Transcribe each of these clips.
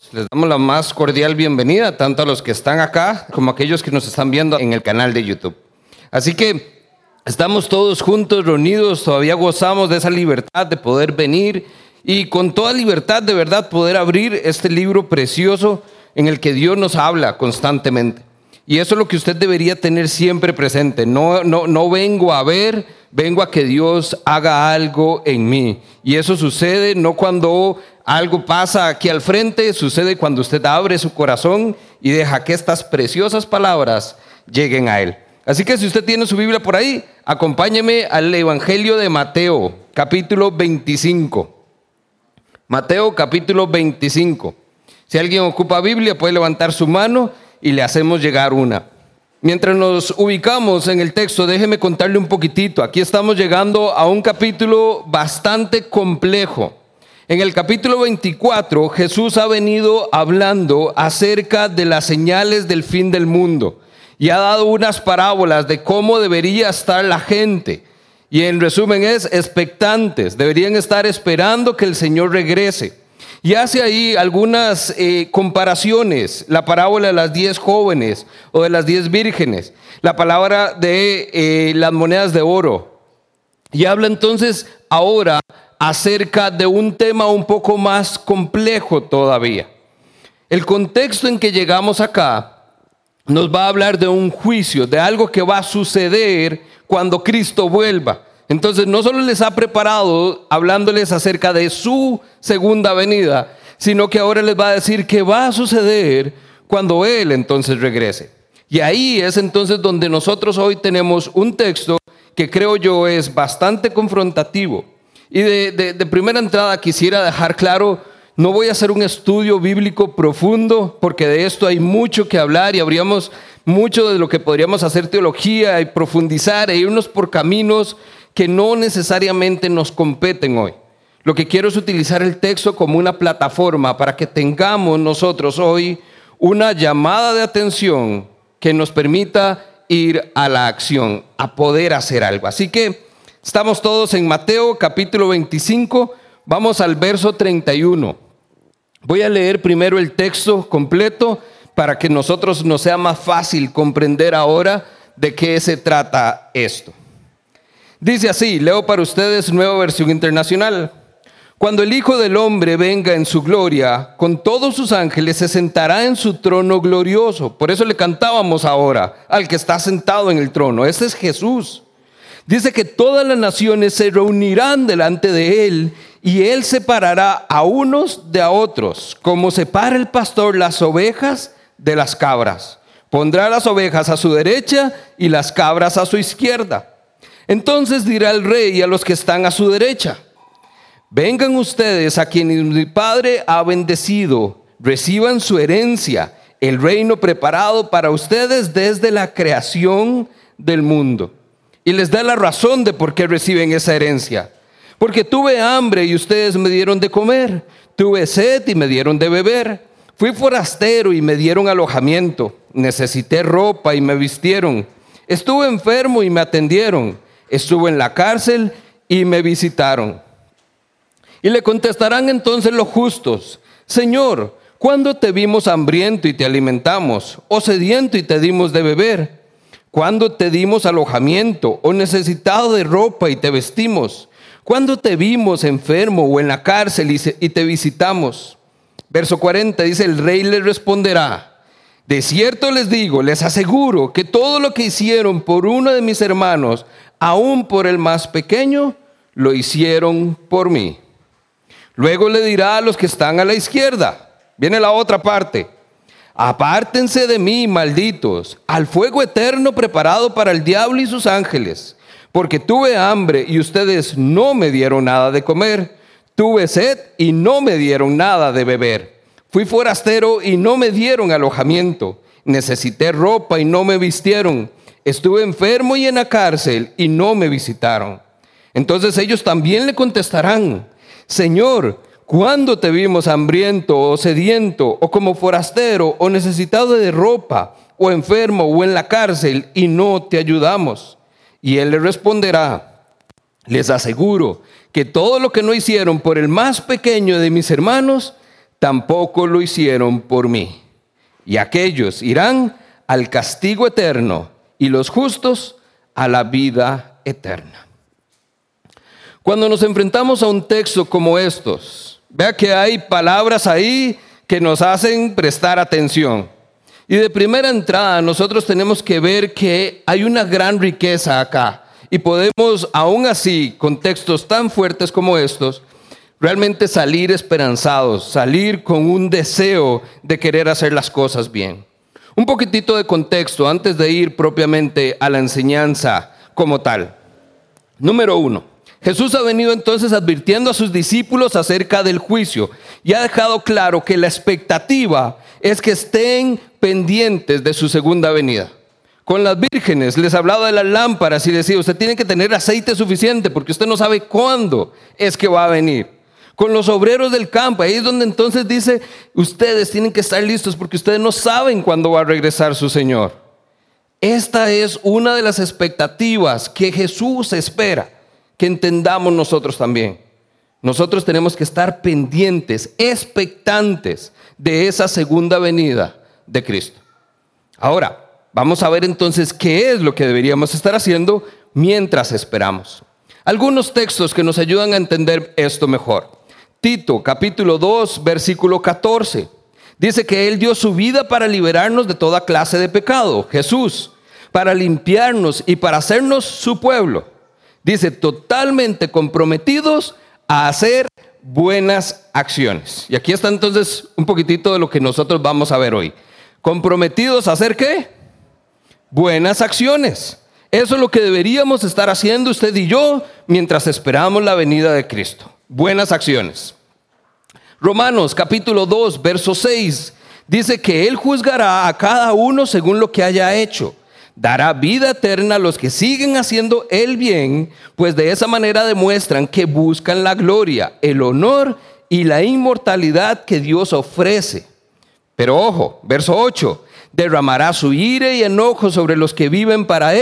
Les damos la más cordial bienvenida tanto a los que están acá como a aquellos que nos están viendo en el canal de YouTube. Así que estamos todos juntos, reunidos, todavía gozamos de esa libertad de poder venir y con toda libertad de verdad poder abrir este libro precioso en el que Dios nos habla constantemente. Y eso es lo que usted debería tener siempre presente. No vengo a ver, vengo a que Dios haga algo en mí. Y eso sucede no cuando algo pasa aquí al frente, sucede cuando usted abre su corazón y deja que estas preciosas palabras lleguen a él. Así que si usted tiene su Biblia por ahí, acompáñeme al Evangelio de Mateo, capítulo 25. Mateo, capítulo 25. Si alguien ocupa Biblia, puede levantar su mano y le hacemos llegar una. Mientras nos ubicamos en el texto, déjeme contarle un poquitito. Aquí estamos llegando a un capítulo bastante complejo. En el capítulo 24, Jesús ha venido hablando acerca de las señales del fin del mundo y ha dado unas parábolas de cómo debería estar la gente. Y en resumen es expectantes, deberían estar esperando que el Señor regrese. Y hace ahí algunas comparaciones, la parábola de las 10 jóvenes o de las 10 vírgenes, la palabra de las monedas de oro. Y habla entonces ahora acerca de un tema un poco más complejo todavía. El contexto en que llegamos acá nos va a hablar de un juicio, de algo que va a suceder cuando Cristo vuelva. Entonces no solo les ha preparado hablándoles acerca de su segunda venida, sino que ahora les va a decir qué va a suceder cuando Él entonces regrese. Y ahí es entonces donde nosotros hoy tenemos un texto que creo yo es bastante confrontativo. Y de primera entrada quisiera dejar claro, no voy a hacer un estudio bíblico profundo, porque de esto hay mucho que hablar y habríamos mucho de lo que podríamos hacer teología y profundizar e irnos por caminos que no necesariamente nos competen hoy. Lo que quiero es utilizar el texto como una plataforma para que tengamos nosotros hoy una llamada de atención que nos permita ir a la acción, a poder hacer algo. Así que estamos todos en Mateo capítulo 25, vamos al verso 31. Voy a leer primero el texto completo para que nosotros nos sea más fácil comprender ahora de qué se trata esto. Dice así, leo para ustedes Nueva Versión Internacional. Cuando el Hijo del Hombre venga en su gloria, con todos sus ángeles se sentará en su trono glorioso. Por eso le cantábamos ahora al que está sentado en el trono. Ese es Jesús. Dice que todas las naciones se reunirán delante de él y él separará a unos de a otros, como separa el pastor las ovejas de las cabras. Pondrá las ovejas a su derecha y las cabras a su izquierda. Entonces dirá el rey a los que están a su derecha: vengan ustedes a quienes mi Padre ha bendecido, reciban su herencia, el reino preparado para ustedes desde la creación del mundo. Y les da la razón de por qué reciben esa herencia. Porque tuve hambre y ustedes me dieron de comer, tuve sed y me dieron de beber, fui forastero y me dieron alojamiento, necesité ropa y me vistieron, estuve enfermo y me atendieron, estuve en la cárcel y me visitaron. Y le contestarán entonces los justos: Señor, ¿cuándo te vimos hambriento y te alimentamos, o sediento y te dimos de beber? ¿Cuándo te dimos alojamiento o necesitado de ropa y te vestimos? ¿Cuándo te vimos enfermo o en la cárcel y te visitamos? Verso 40 dice, el rey les responderá: de cierto les digo, les aseguro que todo lo que hicieron por uno de mis hermanos, aún por el más pequeño, lo hicieron por mí. Luego le dirá a los que están a la izquierda, viene la otra parte: apártense de mí, malditos, al fuego eterno preparado para el diablo y sus ángeles, porque tuve hambre y ustedes no me dieron nada de comer, tuve sed y no me dieron nada de beber, fui forastero y no me dieron alojamiento, necesité ropa y no me vistieron, estuve enfermo y en la cárcel y no me visitaron. Entonces ellos también le contestarán: Señor, ¿cuándo te vimos hambriento o sediento o como forastero o necesitado de ropa o enfermo o en la cárcel y no te ayudamos? Y él le responderá: les aseguro que todo lo que no hicieron por el más pequeño de mis hermanos, tampoco lo hicieron por mí. Y aquellos irán al castigo eterno y los justos a la vida eterna. Cuando nos enfrentamos a un texto como estos, vea que hay palabras ahí que nos hacen prestar atención. Y de primera entrada nosotros tenemos que ver que hay una gran riqueza acá. Y podemos, aún así, con textos tan fuertes como estos, realmente salir esperanzados, salir con un deseo de querer hacer las cosas bien. Un poquitito de contexto antes de ir propiamente a la enseñanza como tal. Número 1. Jesús ha venido entonces advirtiendo a sus discípulos acerca del juicio y ha dejado claro que la expectativa es que estén pendientes de su segunda venida. Con las vírgenes les hablaba de las lámparas y decía, usted tiene que tener aceite suficiente porque usted no sabe cuándo es que va a venir. Con los obreros del campo, ahí es donde entonces dice, ustedes tienen que estar listos porque ustedes no saben cuándo va a regresar su Señor. Esta es una de las expectativas que Jesús espera que entendamos nosotros también. Nosotros tenemos que estar pendientes, expectantes de esa segunda venida de Cristo. Ahora, vamos a ver entonces qué es lo que deberíamos estar haciendo mientras esperamos. Algunos textos que nos ayudan a entender esto mejor. Tito, capítulo 2, versículo 14. Dice que Él dio su vida para liberarnos de toda clase de pecado. Jesús, para limpiarnos y para hacernos su pueblo. Dice, totalmente comprometidos a hacer buenas acciones. Y aquí está entonces un poquitito de lo que nosotros vamos a ver hoy. Comprometidos a hacer ¿qué? Buenas acciones. Eso es lo que deberíamos estar haciendo usted y yo mientras esperamos la venida de Cristo. Buenas acciones. Romanos capítulo 2, verso 6. Dice que Él juzgará a cada uno según lo que haya hecho. Dará vida eterna a los que siguen haciendo el bien, pues de esa manera demuestran que buscan la gloria, el honor y la inmortalidad que Dios ofrece. Pero ojo, verso 8, derramará su ira y enojo sobre los que viven para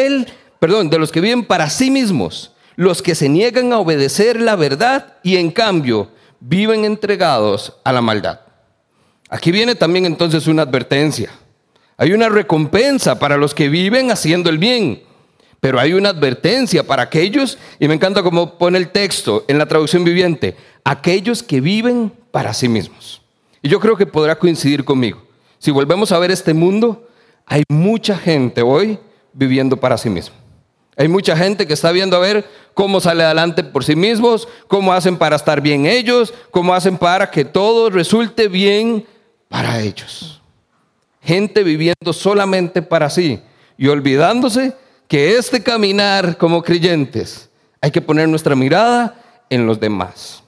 de los que viven para sí mismos, los que se niegan a obedecer la verdad y en cambio viven entregados a la maldad. Aquí viene también entonces una advertencia. Hay una recompensa para los que viven haciendo el bien, pero hay una advertencia para aquellos, y me encanta cómo pone el texto en la traducción viviente, aquellos que viven para sí mismos. Y yo creo que podrá coincidir conmigo. Si volvemos a ver este mundo, hay mucha gente hoy viviendo para sí mismo. Hay mucha gente que está viendo a ver cómo sale adelante por sí mismos, cómo hacen para estar bien ellos, cómo hacen para que todo resulte bien para ellos. Gente viviendo solamente para sí y olvidándose que este caminar como creyentes hay que poner nuestra mirada en los demás.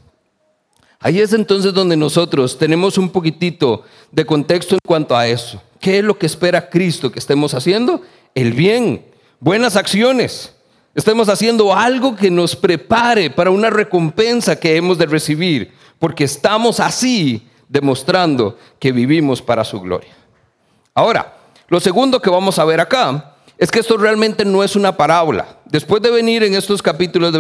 Ahí es entonces donde nosotros tenemos un poquitito de contexto en cuanto a eso. ¿Qué es lo que espera Cristo que estemos haciendo? El bien, buenas acciones. Estemos haciendo algo que nos prepare para una recompensa que hemos de recibir, porque estamos así demostrando que vivimos para su gloria. Ahora, lo segundo que vamos a ver acá es que esto realmente no es una parábola. Después de venir en estos capítulos,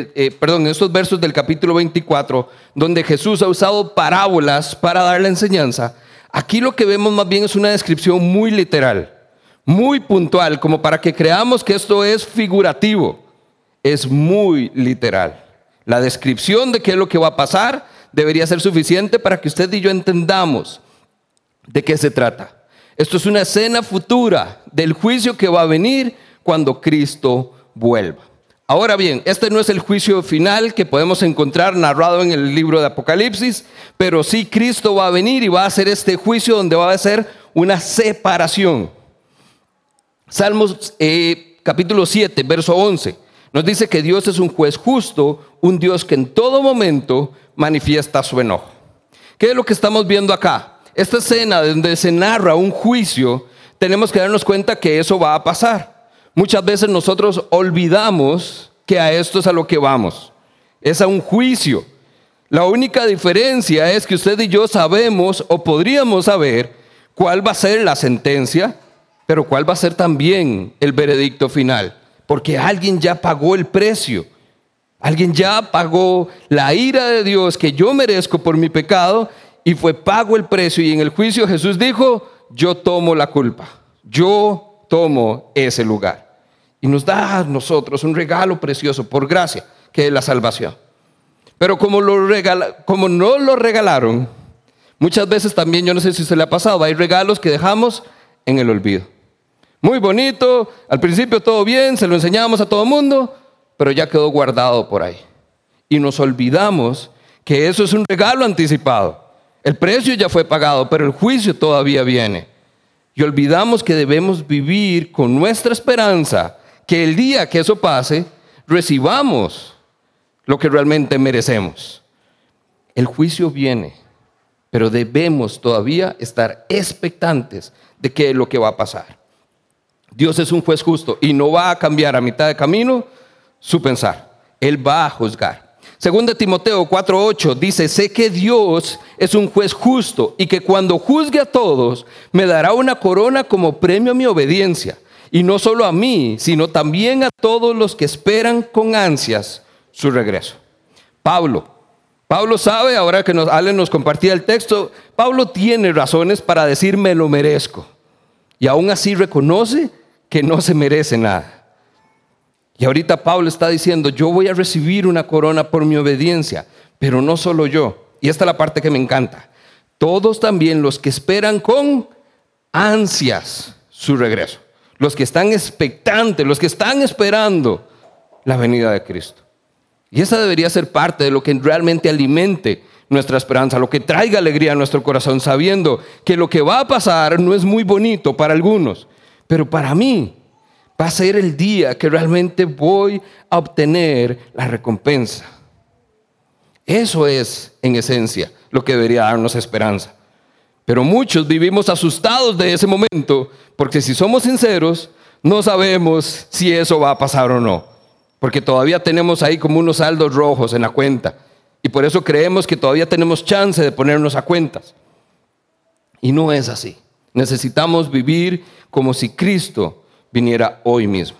en estos versos del capítulo 24, donde Jesús ha usado parábolas para dar la enseñanza, aquí lo que vemos más bien es una descripción muy literal, muy puntual, como para que creamos que esto es figurativo. Es muy literal. La descripción de qué es lo que va a pasar debería ser suficiente para que usted y yo entendamos de qué se trata. Esto es una escena futura del juicio que va a venir cuando Cristo vuelva. Ahora bien, este no es el juicio final que podemos encontrar narrado en el libro de Apocalipsis, pero sí Cristo va a venir y va a hacer este juicio donde va a ser una separación. Salmos capítulo 7, verso 11, nos dice que Dios es un juez justo, un Dios que en todo momento manifiesta su enojo. ¿Qué es lo que estamos viendo acá? Esta escena donde se narra un juicio, tenemos que darnos cuenta que eso va a pasar. Muchas veces nosotros olvidamos que a esto es a lo que vamos. Es a un juicio. La única diferencia es que usted y yo sabemos o podríamos saber cuál va a ser la sentencia, pero cuál va a ser también el veredicto final. Porque alguien ya pagó el precio. Alguien ya pagó la ira de Dios que yo merezco por mi pecado. y fue pago el precio. Y en el juicio Jesús dijo: yo tomo la culpa, yo tomo ese lugar. Y nos da a nosotros un regalo precioso por gracia, que es la salvación. Pero como no lo regalaron, muchas veces también, yo no sé si se le ha pasado, hay regalos que dejamos en el olvido. Muy bonito, al principio todo bien, se lo enseñamos a todo el mundo, pero ya quedó guardado por ahí. Y nos olvidamos que eso es un regalo anticipado. El precio ya fue pagado, pero el juicio todavía viene. Y olvidamos que debemos vivir con nuestra esperanza, que el día que eso pase, recibamos lo que realmente merecemos. El juicio viene, pero debemos todavía estar expectantes de qué es lo que va a pasar. Dios es un juez justo y no va a cambiar a mitad de camino su pensar. Él va a juzgar. Según Timoteo 4:8 dice: sé que Dios es un juez justo y que cuando juzgue a todos me dará una corona como premio a mi obediencia. Y no solo a mí, sino también a todos los que esperan con ansias su regreso. Pablo sabe, ahora que Ale nos compartía el texto, Pablo tiene razones para decir: me lo merezco. Y aún así reconoce que no se merece nada. Y ahorita Pablo está diciendo: yo voy a recibir una corona por mi obediencia, pero no solo yo. Y esta es la parte que me encanta. Todos también los que esperan con ansias su regreso. Los que están expectantes, los que están esperando la venida de Cristo. Y esa debería ser parte de lo que realmente alimente nuestra esperanza, lo que traiga alegría a nuestro corazón, sabiendo que lo que va a pasar no es muy bonito para algunos, pero para mí va a ser el día que realmente voy a obtener la recompensa. Eso es, en esencia, lo que debería darnos esperanza. Pero muchos vivimos asustados de ese momento, porque si somos sinceros, no sabemos si eso va a pasar o no. Porque todavía tenemos ahí como unos saldos rojos en la cuenta. Y por eso creemos que todavía tenemos chance de ponernos a cuentas. Y no es así. Necesitamos vivir como si Cristo viniera hoy mismo.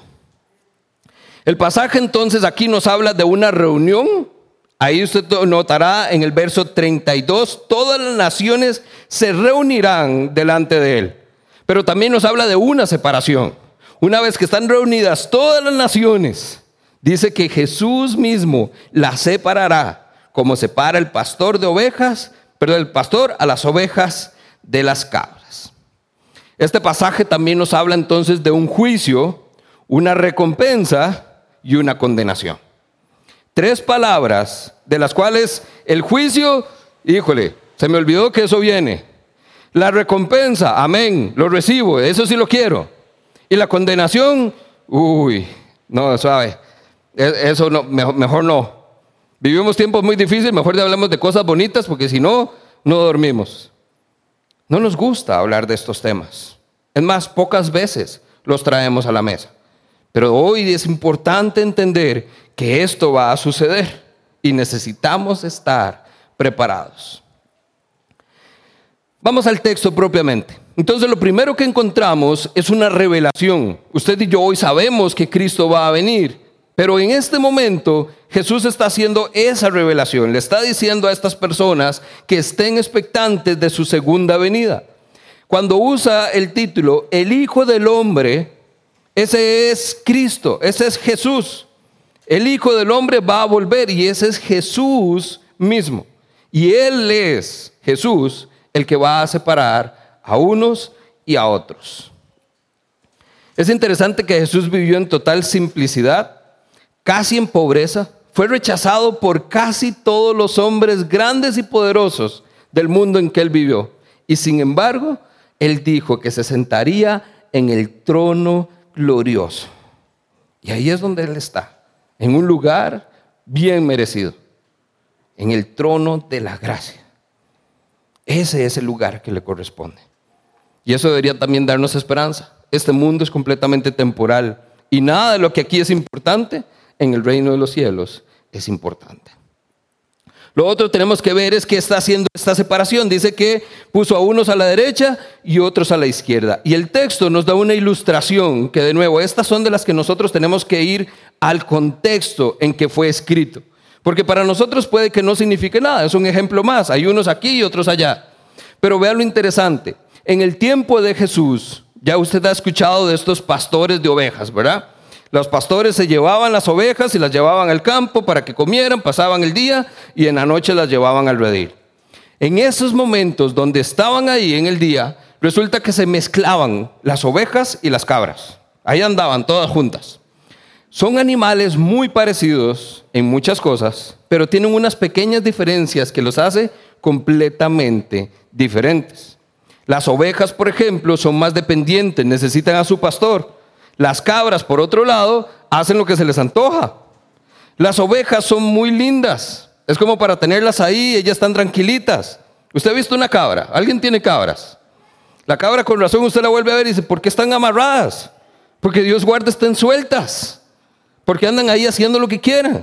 El pasaje entonces aquí nos habla de una reunión. Ahí usted notará en el verso 32, todas las naciones se reunirán delante de él. Pero también nos habla de una separación. Una vez que están reunidas todas las naciones, dice que Jesús mismo las separará, como separa el pastor el pastor a las ovejas de las cabras. Este pasaje también nos habla entonces de un juicio, una recompensa y una condenación. 3 palabras de las cuales el juicio, se me olvidó que eso viene. La recompensa, amén, lo recibo, eso sí lo quiero. Y la condenación, no, suave, eso no, mejor no. Vivimos tiempos muy difíciles, mejor hablamos de cosas bonitas, porque si no, no dormimos. No nos gusta hablar de estos temas. Es más, pocas veces los traemos a la mesa. Pero hoy es importante entender que esto va a suceder y necesitamos estar preparados. Vamos al texto propiamente. Entonces lo primero que encontramos es una revelación. Usted y yo hoy sabemos que Cristo va a venir, pero en este momento Jesús está haciendo esa revelación. Le está diciendo a estas personas que estén expectantes de su segunda venida. Cuando usa el título, el Hijo del Hombre, ese es Cristo, ese es Jesús. El Hijo del Hombre va a volver y ese es Jesús mismo. Y Él es, Jesús, el que va a separar a unos y a otros. Es interesante que Jesús vivió en total simplicidad, casi en pobreza. Fue rechazado por casi todos los hombres grandes y poderosos del mundo en que Él vivió. Y sin embargo, Él dijo que se sentaría en el trono glorioso. Y ahí es donde Él está. En un lugar bien merecido, en el trono de la gracia. Ese es el lugar que le corresponde. Y eso debería también darnos esperanza. Este mundo es completamente temporal y nada de lo que aquí es importante, en el reino de los cielos es importante. Lo otro tenemos que ver es que está haciendo esta separación. Dice que puso a unos a la derecha y otros a la izquierda. Y el texto nos da una ilustración que, de nuevo, estas son de las que nosotros tenemos que ir al contexto en que fue escrito. Porque para nosotros puede que no signifique nada, es un ejemplo más. Hay unos aquí y otros allá. Pero vean lo interesante. En el tiempo de Jesús, ya usted ha escuchado de estos pastores de ovejas, ¿verdad? Los pastores se llevaban las ovejas y las llevaban al campo para que comieran, pasaban el día y en la noche las llevaban al redil. En esos momentos donde estaban ahí en el día, resulta que se mezclaban las ovejas y las cabras. Ahí andaban todas juntas. Son animales muy parecidos en muchas cosas, pero tienen unas pequeñas diferencias que los hace completamente diferentes. Las ovejas, por ejemplo, son más dependientes, necesitan a su pastor. Las cabras, por otro lado, hacen lo que se les antoja. Las ovejas son muy lindas. Es como para tenerlas ahí, ellas están tranquilitas. ¿Usted ha visto una cabra? ¿Alguien tiene cabras? La cabra, con razón, usted la vuelve a ver y dice, ¿por qué están amarradas? Porque Dios guarda, estén sueltas. Porque andan ahí haciendo lo que quieran.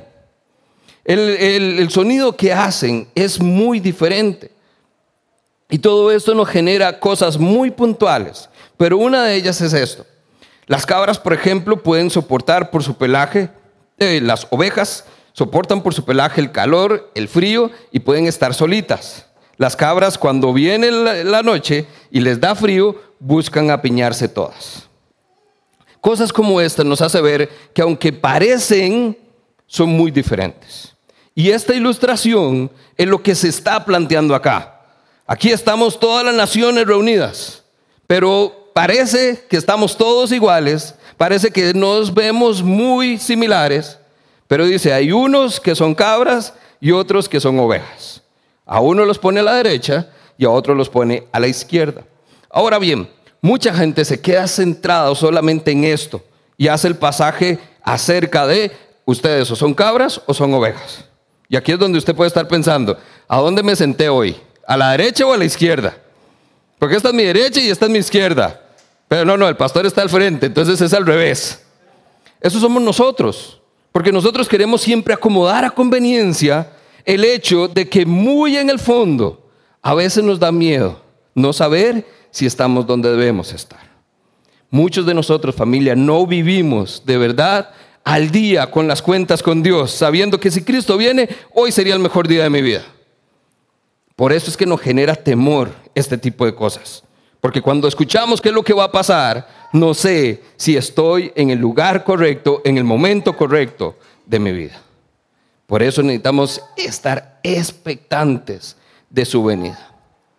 El sonido que hacen es muy diferente. Y todo esto nos genera cosas muy puntuales. Pero una de ellas es esto. Las cabras, por ejemplo, pueden soportar por su pelaje, las ovejas soportan por su pelaje el calor, el frío y pueden estar solitas. Las cabras, cuando viene la noche y les da frío, buscan apiñarse todas. Cosas como esta nos hace ver que aunque parecen, son muy diferentes. Y esta ilustración es lo que se está planteando acá. Aquí estamos todas las naciones reunidas, pero parece que estamos todos iguales, parece que nos vemos muy similares, pero dice, hay unos que son cabras y otros que son ovejas. A uno los pone a la derecha y a otros los pone a la izquierda. Ahora bien, mucha gente se queda centrada solamente en esto y hace el pasaje acerca de ustedes o son cabras o son ovejas. Y aquí es donde usted puede estar pensando, ¿a dónde me senté hoy? ¿A la derecha o a la izquierda? Porque esta es mi derecha y esta es mi izquierda. Pero no, el pastor está al frente, entonces es al revés. Eso somos nosotros, porque nosotros queremos siempre acomodar a conveniencia el hecho de que muy en el fondo a veces nos da miedo no saber si estamos donde debemos estar. Muchos de nosotros, familia, no vivimos de verdad al día con las cuentas con Dios, sabiendo que si Cristo viene, hoy sería el mejor día de mi vida. Por eso es que nos genera temor este tipo de cosas. Porque cuando escuchamos qué es lo que va a pasar, no sé si estoy en el lugar correcto, en el momento correcto de mi vida. Por eso necesitamos estar expectantes de su venida.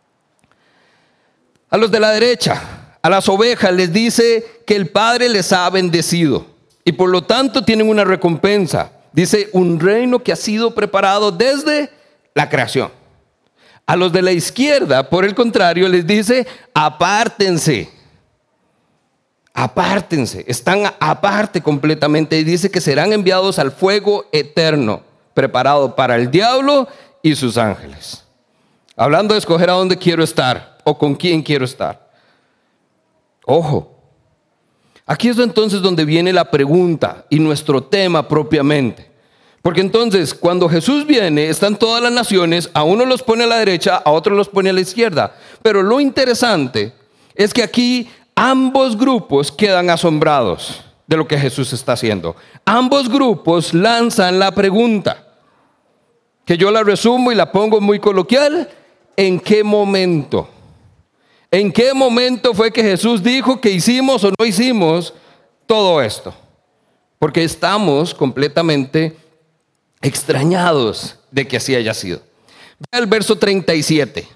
A los de la derecha, a las ovejas les dice que el Padre les ha bendecido y por lo tanto tienen una recompensa. Dice, un reino que ha sido preparado desde la creación. A los de la izquierda, por el contrario, les dice, apártense. Apártense, están aparte completamente y dice que serán enviados al fuego eterno, preparado para el diablo y sus ángeles. Hablando de escoger a dónde quiero estar o con quién quiero estar. Ojo, aquí es entonces donde viene la pregunta y nuestro tema propiamente. Porque entonces cuando Jesús viene están todas las naciones, a uno los pone a la derecha, a otros los pone a la izquierda. Pero lo interesante es que aquí ambos grupos quedan asombrados de lo que Jesús está haciendo. Ambos grupos lanzan la pregunta, que yo la resumo y la pongo muy coloquial. ¿En qué momento? ¿En qué momento fue que Jesús dijo que hicimos o no hicimos todo esto? Porque estamos completamente extrañados de que así haya sido. Vea el verso 37.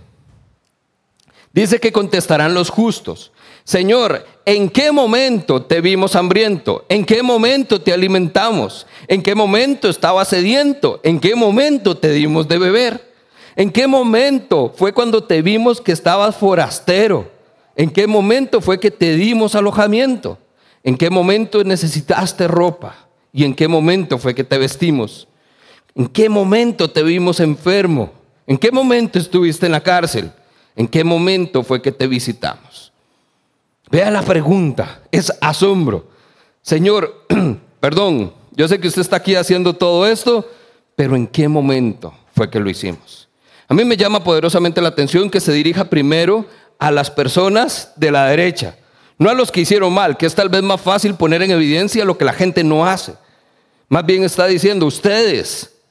Dice que contestarán los justos: Señor, ¿en qué momento te vimos hambriento? ¿En qué momento te alimentamos? ¿En qué momento estabas sediento? ¿En qué momento te dimos de beber? ¿En qué momento fue cuando te vimos que estabas forastero? ¿En qué momento fue que te dimos alojamiento? ¿En qué momento necesitaste ropa? ¿Y en qué momento fue que te vestimos? ¿En qué momento te vimos enfermo? ¿En qué momento estuviste en la cárcel? ¿En qué momento fue que te visitamos? Vea la pregunta, es asombro. Señor, perdón, yo sé que usted está aquí haciendo todo esto, pero ¿en qué momento fue que lo hicimos? A mí me llama poderosamente la atención que se dirija primero a las personas de la derecha, no a los que hicieron mal, que es tal vez más fácil poner en evidencia lo que la gente no hace. Más bien está diciendo, ustedes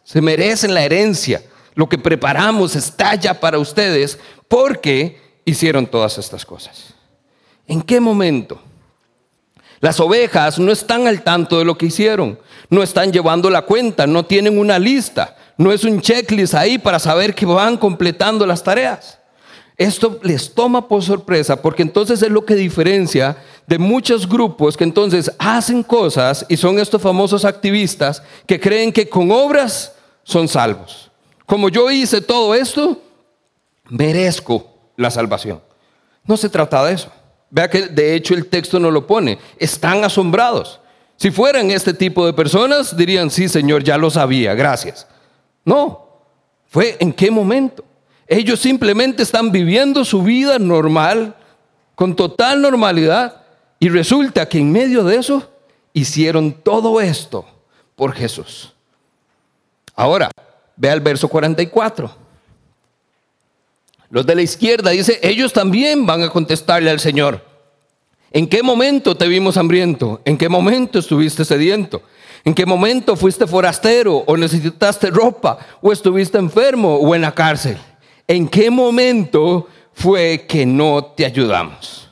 Se merecen la herencia. Lo que preparamos está ya para ustedes porque hicieron todas estas cosas. ¿En qué momento? Las ovejas no están al tanto de lo que hicieron, no están llevando la cuenta, no tienen una lista, no es un checklist ahí para saber que van completando las tareas. Esto les toma por sorpresa porque entonces es lo que diferencia de muchos grupos que entonces hacen cosas y son estos famosos activistas que creen que con obras son salvos. Como yo hice todo esto, merezco la salvación. No se trata de eso. Vea que de hecho el texto no lo pone. Están asombrados. Si fueran este tipo de personas, dirían, sí, Señor, ya lo sabía, gracias. No, fue en qué momento. Ellos simplemente están viviendo su vida normal, con total normalidad, y resulta que en medio de eso hicieron todo esto por Jesús. Ahora, vea el verso 44. Los de la izquierda dice, ellos también van a contestarle al Señor. ¿En qué momento te vimos hambriento? ¿En qué momento estuviste sediento? ¿En qué momento fuiste forastero o necesitaste ropa o estuviste enfermo o en la cárcel? ¿En qué momento fue que no te ayudamos?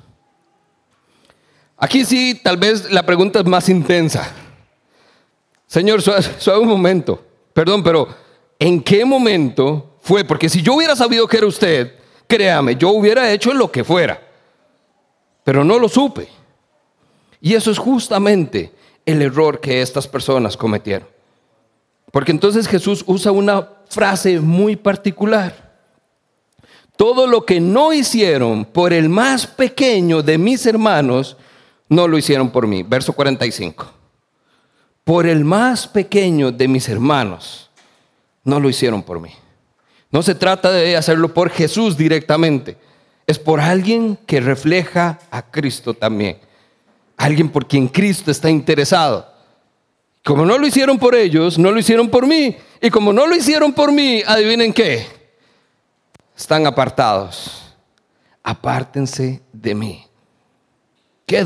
Aquí sí, tal vez la pregunta es más intensa. Señor, suave un momento. Perdón, pero ¿en qué momento fue? Porque si yo hubiera sabido que era usted, créame, yo hubiera hecho lo que fuera. Pero no lo supe. Y eso es justamente el error que estas personas cometieron. Porque entonces Jesús usa una frase muy particular. Todo lo que no hicieron por el más pequeño de mis hermanos, no lo hicieron por mí. Verso 45. Por el más pequeño de mis hermanos, no lo hicieron por mí. No se trata de hacerlo por Jesús directamente. Es por alguien que refleja a Cristo también. Alguien por quien Cristo está interesado. Como no lo hicieron por ellos, no lo hicieron por mí. Y como no lo hicieron por mí, adivinen qué. Están apartados. Apártense de mí. Qué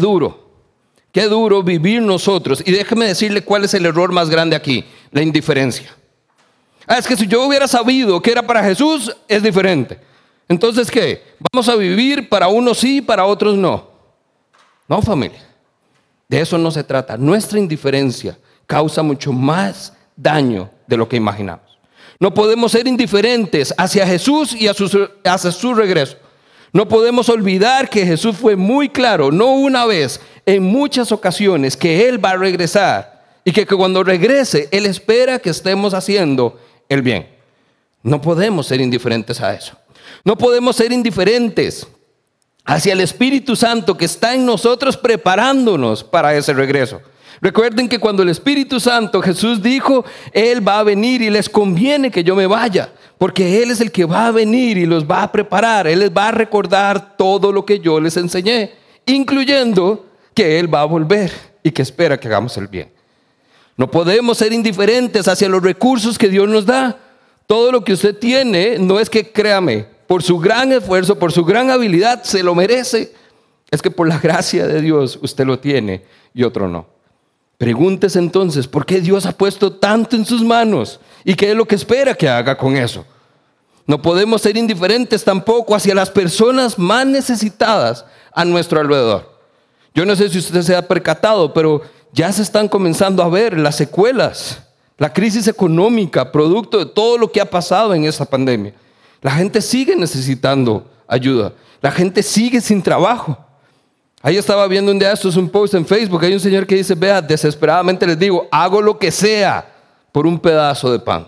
duro vivir nosotros. Y déjeme decirle cuál es el error más grande aquí. La indiferencia. Es que si yo hubiera sabido que era para Jesús, es diferente. Entonces, ¿qué? ¿Vamos a vivir para unos sí, para otros no? No, familia. De eso no se trata. Nuestra indiferencia causa mucho más daño de lo que imaginamos. No podemos ser indiferentes hacia Jesús y hacia su regreso. No podemos olvidar que Jesús fue muy claro, no una vez, en muchas ocasiones, que Él va a regresar y que cuando regrese, Él espera que estemos haciendo el bien. No podemos ser indiferentes a eso. No podemos ser indiferentes hacia el Espíritu Santo que está en nosotros preparándonos para ese regreso. Recuerden que cuando el Espíritu Santo, Jesús dijo, Él va a venir y les conviene que yo me vaya, porque Él es el que va a venir y los va a preparar. Él les va a recordar todo lo que yo les enseñé, incluyendo que Él va a volver y que espera que hagamos el bien. No podemos ser indiferentes hacia los recursos que Dios nos da. Todo lo que usted tiene no es que, créame, por su gran esfuerzo, por su gran habilidad, se lo merece. Es que por la gracia de Dios usted lo tiene y otro no. Pregúntese entonces, ¿por qué Dios ha puesto tanto en sus manos? ¿Y qué es lo que espera que haga con eso? No podemos ser indiferentes tampoco hacia las personas más necesitadas a nuestro alrededor. Yo no sé si usted se ha percatado, pero ya se están comenzando a ver las secuelas, la crisis económica, producto de todo lo que ha pasado en esta pandemia. La gente sigue necesitando ayuda. La gente sigue sin trabajo. Ahí estaba viendo un día esto, es un post en Facebook. Hay un señor que dice, vea, desesperadamente les digo, hago lo que sea por un pedazo de pan.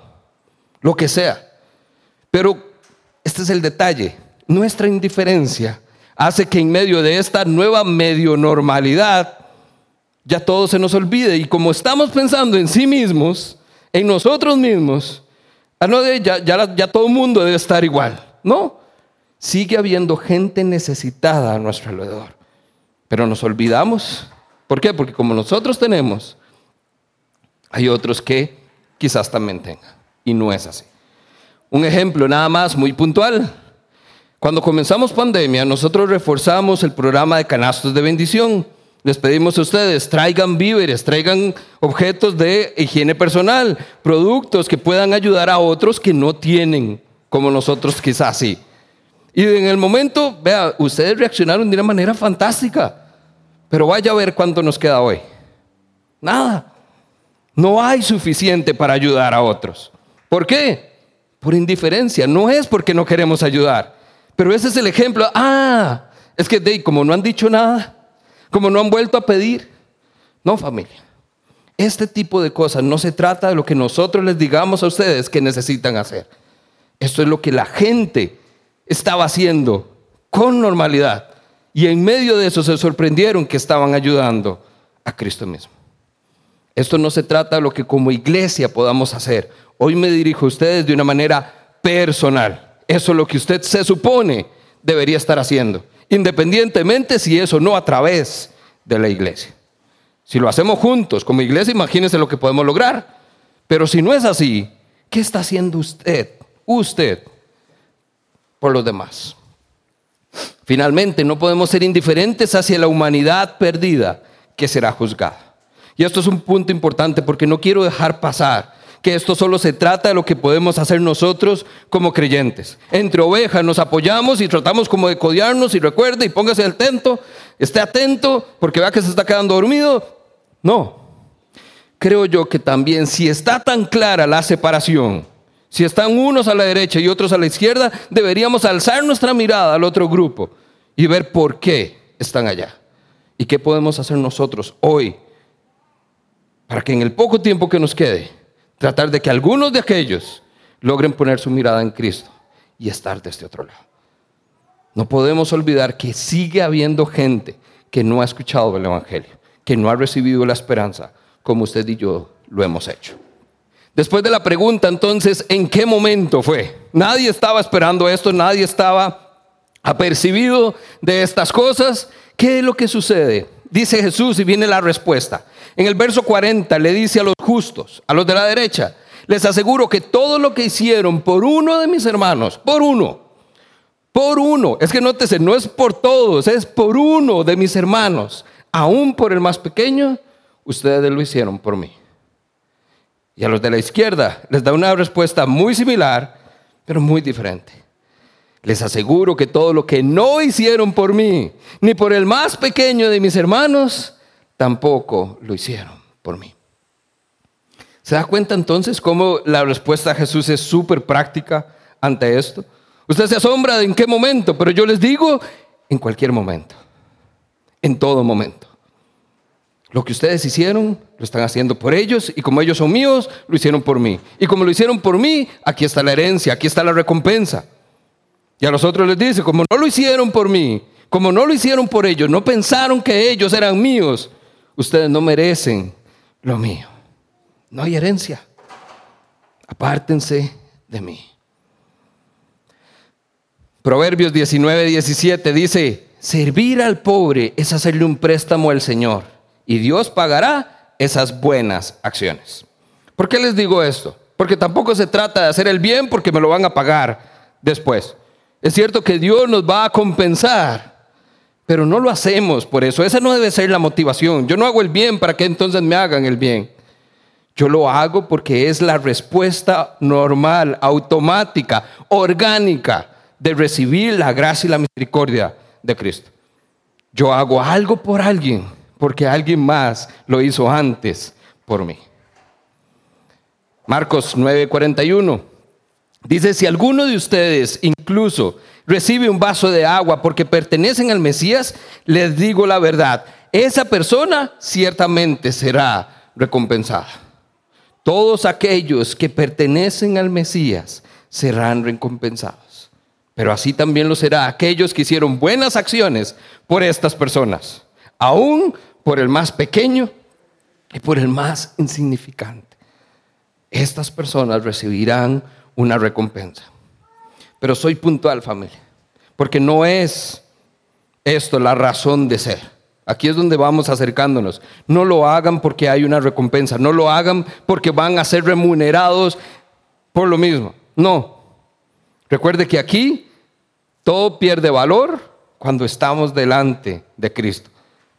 Lo que sea. Pero este es el detalle. Nuestra indiferencia hace que en medio de esta nueva medio normalidad, ya todo se nos olvide. Y como estamos pensando en sí mismos, en nosotros mismos, ya todo el mundo debe estar igual. No, sigue habiendo gente necesitada a nuestro alrededor. Pero nos olvidamos. ¿Por qué? Porque como nosotros tenemos, hay otros que quizás también tengan. Y no es así. Un ejemplo nada más muy puntual. Cuando comenzamos pandemia, nosotros reforzamos el programa de canastos de bendición. Les pedimos a ustedes, traigan víveres, traigan objetos de higiene personal, productos que puedan ayudar a otros que no tienen, como nosotros quizás sí. Y en el momento, vea, ustedes reaccionaron de una manera fantástica, pero vaya a ver cuánto nos queda hoy. Nada. No hay suficiente para ayudar a otros. ¿Por qué? Por indiferencia. No es porque no queremos ayudar. Pero ese es el ejemplo. Es que como no han dicho nada, como no han vuelto a pedir. No, familia. Este tipo de cosas no se trata de lo que nosotros les digamos a ustedes que necesitan hacer. Esto es lo que la gente estaba haciendo con normalidad. Y en medio de eso se sorprendieron que estaban ayudando a Cristo mismo. Esto no se trata de lo que como iglesia podamos hacer. Hoy me dirijo a ustedes de una manera personal. Eso es lo que usted se supone debería estar haciendo, independientemente si es o no a través de la iglesia. Si lo hacemos juntos como iglesia, imagínense lo que podemos lograr. Pero si no es así, ¿qué está haciendo usted por los demás? Finalmente, no podemos ser indiferentes hacia la humanidad perdida que será juzgada. Y esto es un punto importante porque no quiero dejar pasar que esto solo se trata de lo que podemos hacer nosotros como creyentes. Entre ovejas nos apoyamos y tratamos como de codearnos y recuerde y póngase atento, esté atento porque vea que se está quedando dormido. No. Creo yo que también si está tan clara la separación, si están unos a la derecha y otros a la izquierda, deberíamos alzar nuestra mirada al otro grupo y ver por qué están allá. ¿Y qué podemos hacer nosotros hoy para que en el poco tiempo que nos quede, tratar de que algunos de aquellos logren poner su mirada en Cristo y estar de este otro lado? No podemos olvidar que sigue habiendo gente que no ha escuchado el Evangelio, que no ha recibido la esperanza como usted y yo lo hemos hecho. Después de la pregunta, entonces, ¿en qué momento fue? Nadie estaba esperando esto, nadie estaba apercibido de estas cosas. ¿Qué es lo que sucede? Dice Jesús y viene la respuesta. En el verso 40 le dice a los justos, a los de la derecha, les aseguro que todo lo que hicieron por uno de mis hermanos, por uno, es que nótese, no es por todos, es por uno de mis hermanos, aún por el más pequeño, ustedes lo hicieron por mí. Y a los de la izquierda les da una respuesta muy similar, pero muy diferente. Les aseguro que todo lo que no hicieron por mí, ni por el más pequeño de mis hermanos, tampoco lo hicieron por mí. ¿Se da cuenta entonces cómo la respuesta de Jesús es súper práctica ante esto? Usted se asombra de en qué momento, pero yo les digo, en cualquier momento, en todo momento. Lo que ustedes hicieron, lo están haciendo por ellos, y como ellos son míos, lo hicieron por mí. Y como lo hicieron por mí, aquí está la herencia, aquí está la recompensa. Y a los otros les dice, como no lo hicieron por mí, como no lo hicieron por ellos, no pensaron que ellos eran míos, ustedes no merecen lo mío. No hay herencia. Apártense de mí. Proverbios 19:17 dice, servir al pobre es hacerle un préstamo al Señor, y Dios pagará esas buenas acciones. ¿Por qué les digo esto? Porque tampoco se trata de hacer el bien porque me lo van a pagar después. Es cierto que Dios nos va a compensar, pero no lo hacemos por eso. Esa no debe ser la motivación. Yo no hago el bien para que entonces me hagan el bien. Yo lo hago porque es la respuesta normal, automática, orgánica de recibir la gracia y la misericordia de Cristo. Yo hago algo por alguien porque alguien más lo hizo antes por mí. Marcos 9:41 dice, si alguno de ustedes incluso recibe un vaso de agua porque pertenecen al Mesías, les digo la verdad, esa persona ciertamente será recompensada. Todos aquellos que pertenecen al Mesías serán recompensados. Pero así también lo será aquellos que hicieron buenas acciones por estas personas, aún por el más pequeño y por el más insignificante. Estas personas recibirán una recompensa. Pero soy puntual, familia, porque no es esto la razón de ser. Aquí es donde vamos acercándonos. No lo hagan porque hay una recompensa. No lo hagan porque van a ser remunerados por lo mismo. No. Recuerde que aquí todo pierde valor cuando estamos delante de Cristo.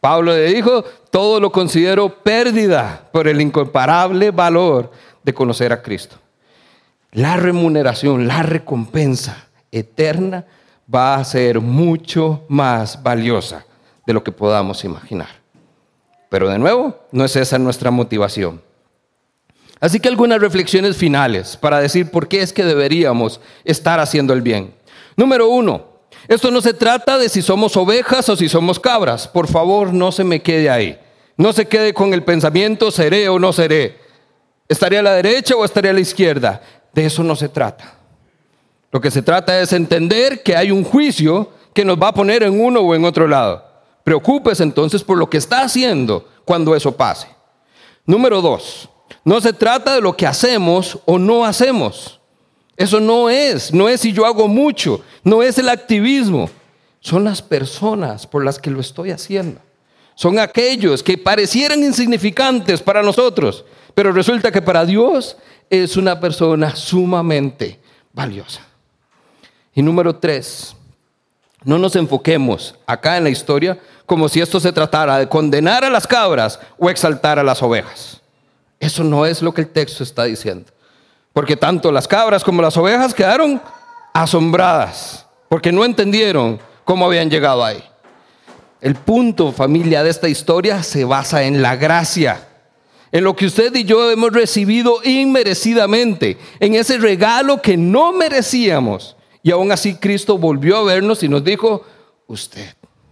Pablo le dijo, todo lo considero pérdida por el incomparable valor de conocer a Cristo. La remuneración, la recompensa eterna va a ser mucho más valiosa de lo que podamos imaginar. Pero de nuevo, no es esa nuestra motivación. Así que algunas reflexiones finales para decir por qué es que deberíamos estar haciendo el bien. Número 1, esto no se trata de si somos ovejas o si somos cabras. Por favor, no se me quede ahí. No se quede con el pensamiento, seré o no seré. ¿Estaré a la derecha o estaré a la izquierda? De eso no se trata. Lo que se trata es entender que hay un juicio que nos va a poner en uno o en otro lado. Preocúpese entonces por lo que está haciendo cuando eso pase. Número 2, no se trata de lo que hacemos o no hacemos. Eso no es si yo hago mucho, no es el activismo. Son las personas por las que lo estoy haciendo. Son aquellos que parecieran insignificantes para nosotros, pero resulta que para Dios es una persona sumamente valiosa. Y número 3, no nos enfoquemos acá en la historia como si esto se tratara de condenar a las cabras o exaltar a las ovejas. Eso no es lo que el texto está diciendo. Porque tanto las cabras como las ovejas quedaron asombradas, porque no entendieron cómo habían llegado ahí. El punto, familia, de esta historia se basa en la gracia, en lo que usted y yo hemos recibido inmerecidamente, en ese regalo que no merecíamos. Y aún así Cristo volvió a vernos y nos dijo, usted.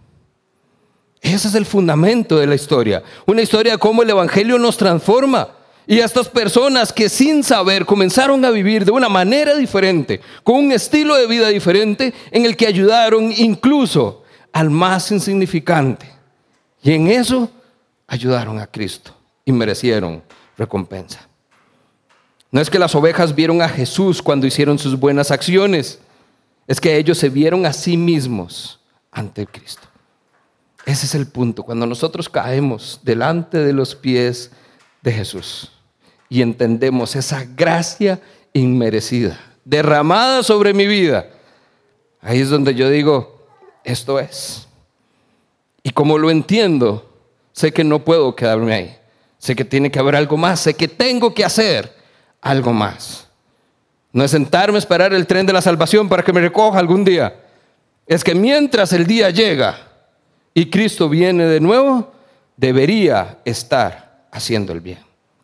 Ese es el fundamento de la historia. Una historia de cómo el evangelio nos transforma. Y a estas personas que sin saber comenzaron a vivir de una manera diferente, con un estilo de vida diferente, en el que ayudaron incluso al más insignificante. Y en eso ayudaron a Cristo y merecieron recompensa. No es que las ovejas vieron a Jesús cuando hicieron sus buenas acciones, es que ellos se vieron a sí mismos ante Cristo. Ese es el punto, cuando nosotros caemos delante de los pies de Jesús y entendemos esa gracia inmerecida derramada sobre mi vida, ahí es donde yo digo, esto es. Y como lo entiendo, sé que no puedo quedarme ahí, sé que tiene que haber algo más, sé que tengo que hacer algo más. No es sentarme a esperar el tren de la salvación para que me recoja algún día, es que mientras el día llega y Cristo viene de nuevo, debería estar haciendo el bien.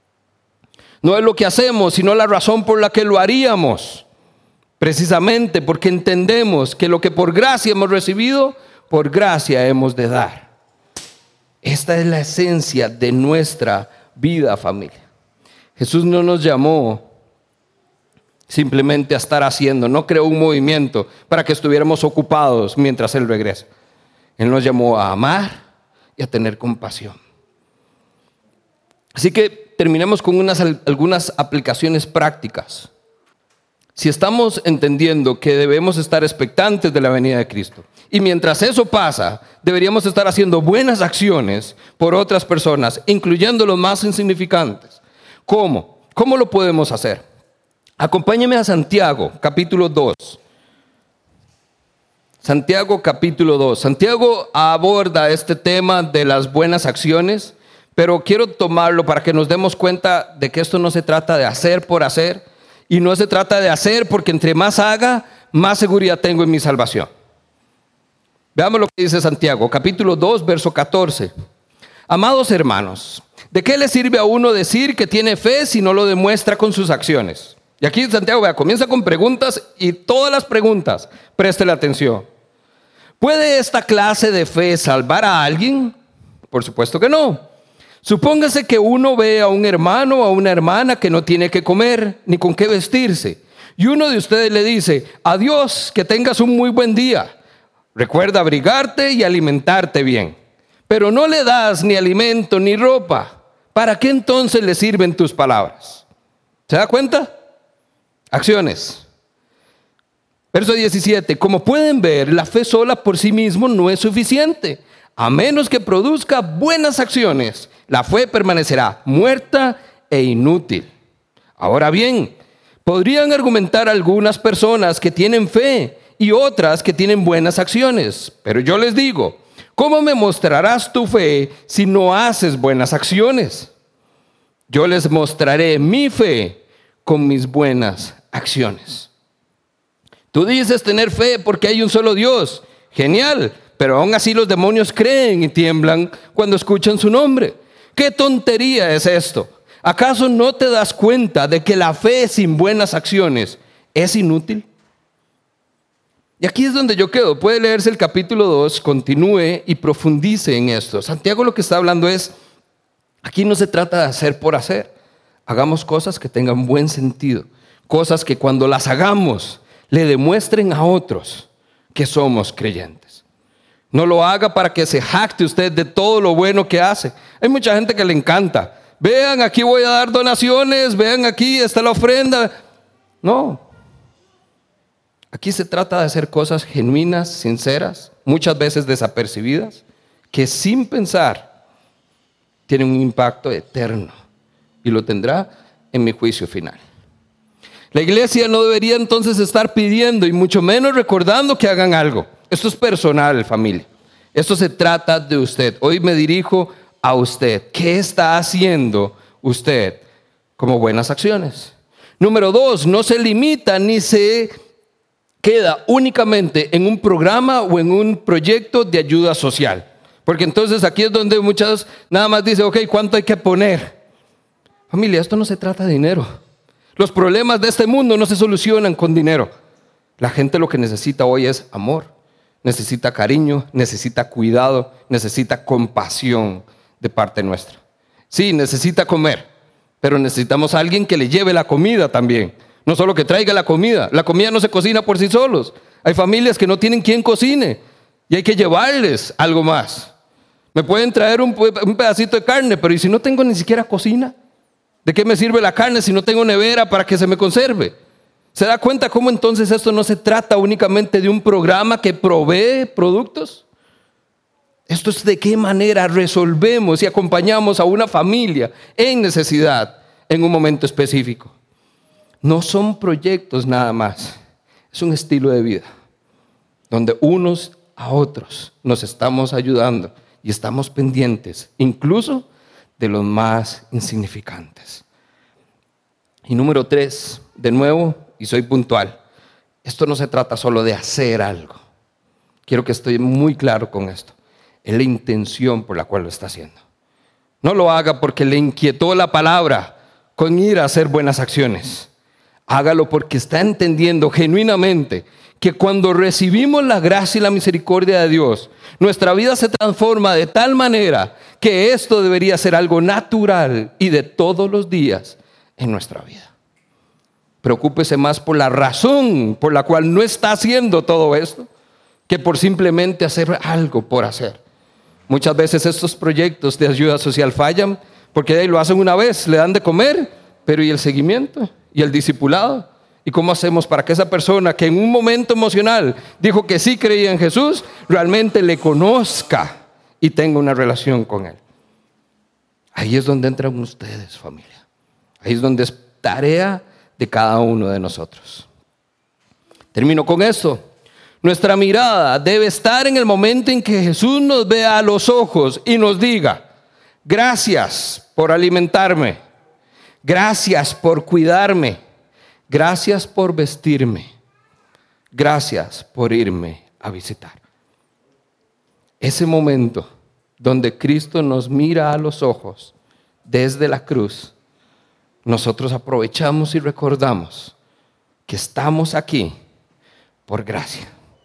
No es lo que hacemos, sino la razón por la que lo haríamos. Precisamente porque entendemos que lo que por gracia hemos recibido, por gracia hemos de dar. Esta es la esencia de nuestra vida, familia. Jesús no nos llamó simplemente a estar haciendo, no creó un movimiento para que estuviéramos ocupados mientras Él regresa. Él nos llamó a amar y a tener compasión. Así que terminemos con algunas aplicaciones prácticas. Si estamos entendiendo que debemos estar expectantes de la venida de Cristo, y mientras eso pasa, deberíamos estar haciendo buenas acciones por otras personas, incluyendo los más insignificantes. ¿Cómo? ¿Cómo lo podemos hacer? Acompáñeme a Santiago, capítulo 2. Santiago, capítulo 2. Santiago aborda este tema de las buenas acciones, pero quiero tomarlo para que nos demos cuenta de que esto no se trata de hacer por hacer, y no se trata de hacer porque entre más haga, más seguridad tengo en mi salvación. Veamos lo que dice Santiago, capítulo 2, verso 14. Amados hermanos, ¿de qué le sirve a uno decir que tiene fe si no lo demuestra con sus acciones? Y aquí Santiago comienza con preguntas, y todas las preguntas, préstele atención. ¿Puede esta clase de fe salvar a alguien? Por supuesto que no. Supóngase que uno ve a un hermano o a una hermana que no tiene que comer ni con qué vestirse, y uno de ustedes le dice, adiós, que tengas un muy buen día. Recuerda abrigarte y alimentarte bien. Pero no le das ni alimento ni ropa. ¿Para qué entonces le sirven tus palabras? ¿Se da cuenta? Acciones. Verso 17. Como pueden ver, la fe sola por sí mismo no es suficiente. A menos que produzca buenas acciones, la fe permanecerá muerta e inútil. Ahora bien, podrían argumentar algunas personas que tienen fe y otras que tienen buenas acciones. Pero yo les digo, ¿Cómo me mostrarás tu fe si no haces buenas acciones? Yo les mostraré mi fe con mis buenas acciones. Tú dices tener fe porque hay un solo Dios. Genial, pero aún así los demonios creen y tiemblan cuando escuchan su nombre. ¿Qué tontería es esto? ¿Acaso no te das cuenta de que la fe sin buenas acciones es inútil? Y aquí es donde yo quedo. Puede leerse el capítulo 2, continúe y profundice en esto. Santiago lo que está hablando es, aquí no se trata de hacer por hacer. Hagamos cosas que tengan buen sentido. Cosas que cuando las hagamos le demuestren a otros que somos creyentes. No lo haga para que se jacte usted de todo lo bueno que hace. Hay mucha gente que le encanta. Vean, aquí voy a dar donaciones. Vean, aquí está la ofrenda. No. Aquí se trata de hacer cosas genuinas, sinceras, muchas veces desapercibidas, que sin pensar tienen un impacto eterno y lo tendrá en mi juicio final. La iglesia no debería entonces estar pidiendo y mucho menos recordando que hagan algo. Esto es personal, familia. Esto se trata de usted. Hoy me dirijo a usted. ¿Qué está haciendo usted como buenas acciones? Número 2, no se limita ni se queda únicamente en un programa o en un proyecto de ayuda social. Porque entonces aquí es donde muchas nada más dicen, ok, ¿cuánto hay que poner? Familia, esto no se trata de dinero. Los problemas de este mundo no se solucionan con dinero. La gente lo que necesita hoy es amor, necesita cariño, necesita cuidado, necesita compasión de parte nuestra. Sí, necesita comer, pero necesitamos a alguien que le lleve la comida también. No solo que traiga la comida no se cocina por sí solos. Hay familias que no tienen quien cocine y hay que llevarles algo más. Me pueden traer un pedacito de carne, pero ¿y si no tengo ni siquiera cocina? ¿De qué me sirve la carne si no tengo nevera para que se me conserve? ¿Se da cuenta cómo entonces esto no se trata únicamente de un programa que provee productos? Esto es de qué manera resolvemos y acompañamos a una familia en necesidad en un momento específico. No son proyectos nada más, es un estilo de vida donde unos a otros nos estamos ayudando y estamos pendientes incluso de los más insignificantes. Y número 3, de nuevo, y soy puntual, esto no se trata solo de hacer algo. Quiero que esté muy claro con esto. Es la intención por la cual lo está haciendo. No lo haga porque le inquietó la palabra con ir a hacer buenas acciones. Hágalo porque está entendiendo genuinamente que cuando recibimos la gracia y la misericordia de Dios, nuestra vida se transforma de tal manera que esto debería ser algo natural y de todos los días en nuestra vida. Preocúpese más por la razón por la cual no está haciendo todo esto que por simplemente hacer algo por hacer. Muchas veces estos proyectos de ayuda social fallan porque ahí lo hacen una vez, le dan de comer, pero ¿y el seguimiento? ¿Y el discipulado? ¿Y cómo hacemos para que esa persona que en un momento emocional dijo que sí creía en Jesús, realmente le conozca y tenga una relación con Él? Ahí es donde entran ustedes, familia. Ahí es donde es tarea de cada uno de nosotros. Termino con esto. Nuestra mirada debe estar en el momento en que Jesús nos vea a los ojos y nos diga: gracias por alimentarme, gracias por cuidarme, gracias por vestirme, gracias por irme a visitar. Ese momento donde Cristo nos mira a los ojos desde la cruz, nosotros aprovechamos y recordamos que estamos aquí por gracia.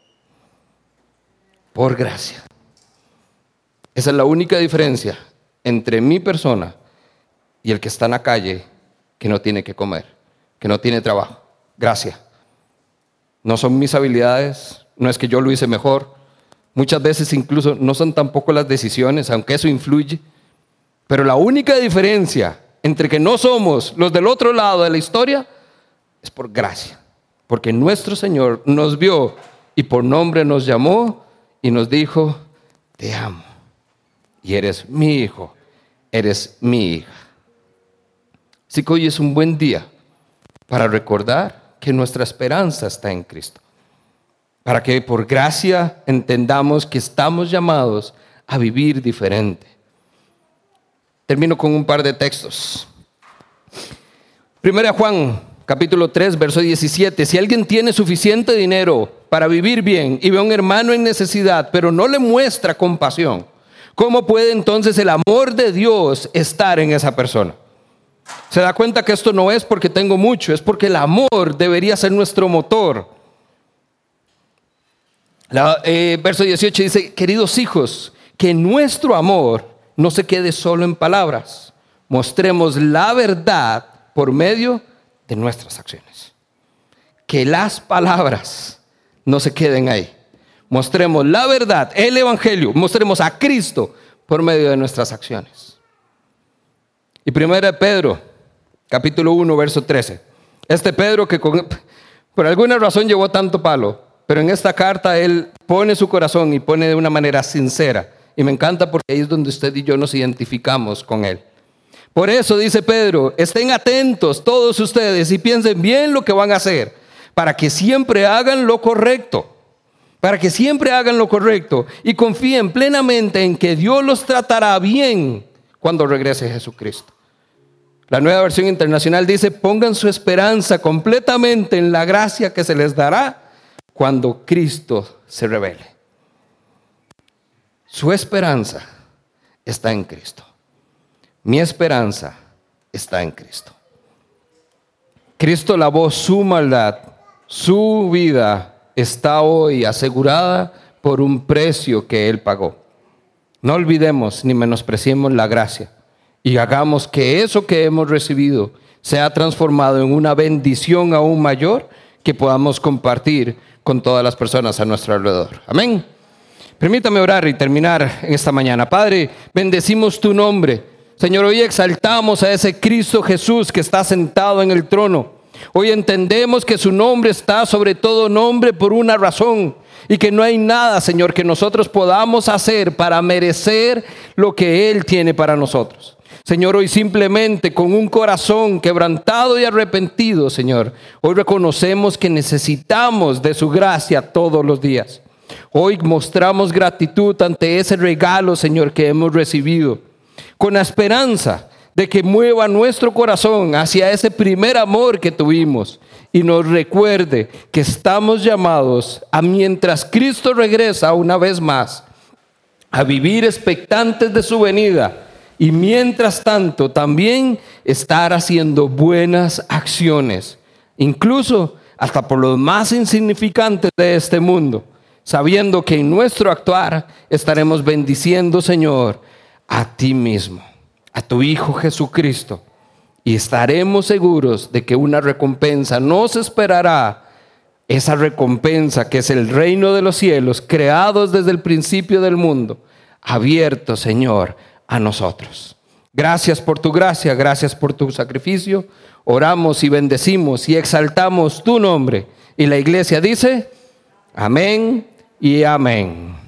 Por gracia. Esa es la única diferencia entre mi persona y el que está en la calle, que no tiene que comer, que no tiene trabajo. Gracia. No son mis habilidades, no es que yo lo hice mejor. Muchas veces incluso no son tampoco las decisiones, aunque eso influye. Pero la única diferencia entre que no somos los del otro lado de la historia es por gracia. Porque nuestro Señor nos vio y por nombre nos llamó y nos dijo: te amo y eres mi hijo, eres mi hija. Así que hoy es un buen día para recordar que nuestra esperanza está en Cristo. para que por gracia entendamos que estamos llamados a vivir diferente. Termino con un par de textos. 1 Juan, capítulo 3, verso 17. Si alguien tiene suficiente dinero para vivir bien y ve a un hermano en necesidad, pero no le muestra compasión, ¿cómo puede entonces el amor de Dios estar en esa persona? Se da cuenta que esto no es porque tengo mucho, es porque el amor debería ser nuestro motor. Verso 18 dice: queridos hijos, que nuestro amor no se quede solo en palabras. Mostremos la verdad por medio de nuestras acciones. Que las palabras no se queden ahí. Mostremos la verdad, el evangelio, mostremos a Cristo por medio de nuestras acciones. Y 1 Pedro, capítulo 1, verso 13. Este Pedro que por alguna razón llevó tanto palo, pero en esta carta él pone su corazón y pone de una manera sincera. Y me encanta porque ahí es donde usted y yo nos identificamos con él. Por eso dice Pedro: estén atentos todos ustedes y piensen bien lo que van a hacer, para que siempre hagan lo correcto. Para que siempre hagan lo correcto y confíen plenamente en que Dios los tratará bien cuando regrese Jesucristo. La Nueva Versión Internacional dice: pongan su esperanza completamente en la gracia que se les dará cuando Cristo se revele. Su esperanza está en Cristo. Mi esperanza está en Cristo. Cristo lavó su maldad. Su vida está hoy asegurada por un precio que Él pagó. No olvidemos ni menospreciemos la gracia y hagamos que eso que hemos recibido sea transformado en una bendición aún mayor que podamos compartir con todas las personas a nuestro alrededor. Amén. Permítame orar y terminar en esta mañana. Padre, bendecimos tu nombre. Señor, hoy exaltamos a ese Cristo Jesús que está sentado en el trono. Hoy entendemos que su nombre está sobre todo nombre por una razón, y que no hay nada, Señor, que nosotros podamos hacer para merecer lo que Él tiene para nosotros. Señor, hoy simplemente con un corazón quebrantado y arrepentido, Señor, hoy reconocemos que necesitamos de su gracia todos los días. Hoy mostramos gratitud ante ese regalo, Señor, que hemos recibido, con la esperanza de que mueva nuestro corazón hacia ese primer amor que tuvimos y nos recuerde que estamos llamados a, mientras Cristo regresa una vez más, a vivir expectantes de su venida, y mientras tanto también estar haciendo buenas acciones, incluso hasta por los más insignificantes de este mundo, sabiendo que en nuestro actuar estaremos bendiciendo, Señor, a ti mismo, a tu Hijo Jesucristo, y estaremos seguros de que una recompensa nos esperará, esa recompensa que es el reino de los cielos, creados desde el principio del mundo, abierto, Señor, a nosotros. Gracias por tu gracia, gracias por tu sacrificio. Oramos y bendecimos y exaltamos tu nombre. Y la iglesia dice: amén y amén.